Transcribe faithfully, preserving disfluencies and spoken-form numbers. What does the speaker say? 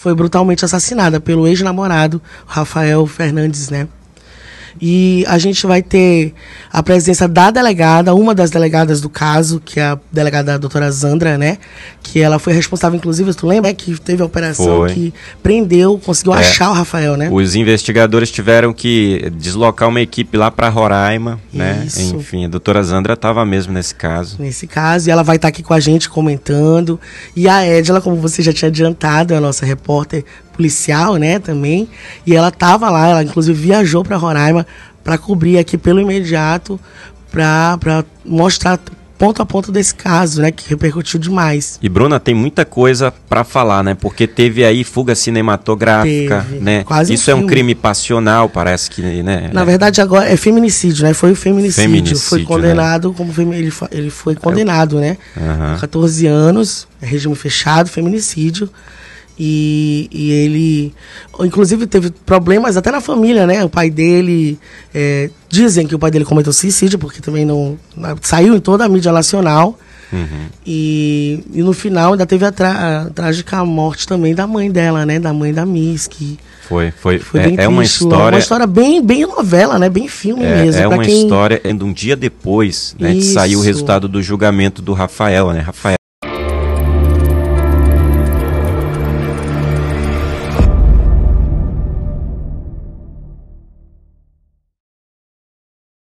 foi brutalmente assassinada pelo ex-namorado Rafael Fernandes, né? E a gente vai ter a presença da delegada, uma das delegadas do caso, que é a delegada a doutora Zandra, né? Que ela foi responsável, inclusive, tu lembra, né? Que teve a operação foi. que prendeu, conseguiu é. achar o Rafael, né? Os investigadores tiveram que deslocar uma equipe lá para Roraima, né? Isso. Enfim, a doutora Zandra estava mesmo nesse caso. Nesse caso, e ela vai estar aqui com a gente comentando. E a Edila, como você já tinha adiantado, é a nossa repórter policial, né, também. E ela estava lá, ela inclusive viajou para Roraima para cobrir aqui pelo imediato, para mostrar ponto a ponto desse caso, né, que repercutiu demais. E Bruna, tem muita coisa para falar, né, porque teve aí fuga cinematográfica, teve, né, quase isso um é um filme. crime passional, parece que, né. Na verdade agora é feminicídio, né, foi o feminicídio, feminicídio foi condenado, né? como femi ele, ele foi condenado, né, uhum. catorze anos, regime fechado, feminicídio. E, e ele, inclusive, teve problemas até na família, né? O pai dele, é, dizem que o pai dele cometeu suicídio, porque também não saiu em toda a mídia nacional. Uhum. E, e no final ainda teve a, tra a trágica morte também da mãe dela, né? Da mãe da Miss, que foi, foi, foi é, bem é triste, uma história, uma história bem, bem novela, né? Bem filme é, mesmo. É uma quem... história, um dia depois, né, de sair o resultado do julgamento do Rafael, né? Rafael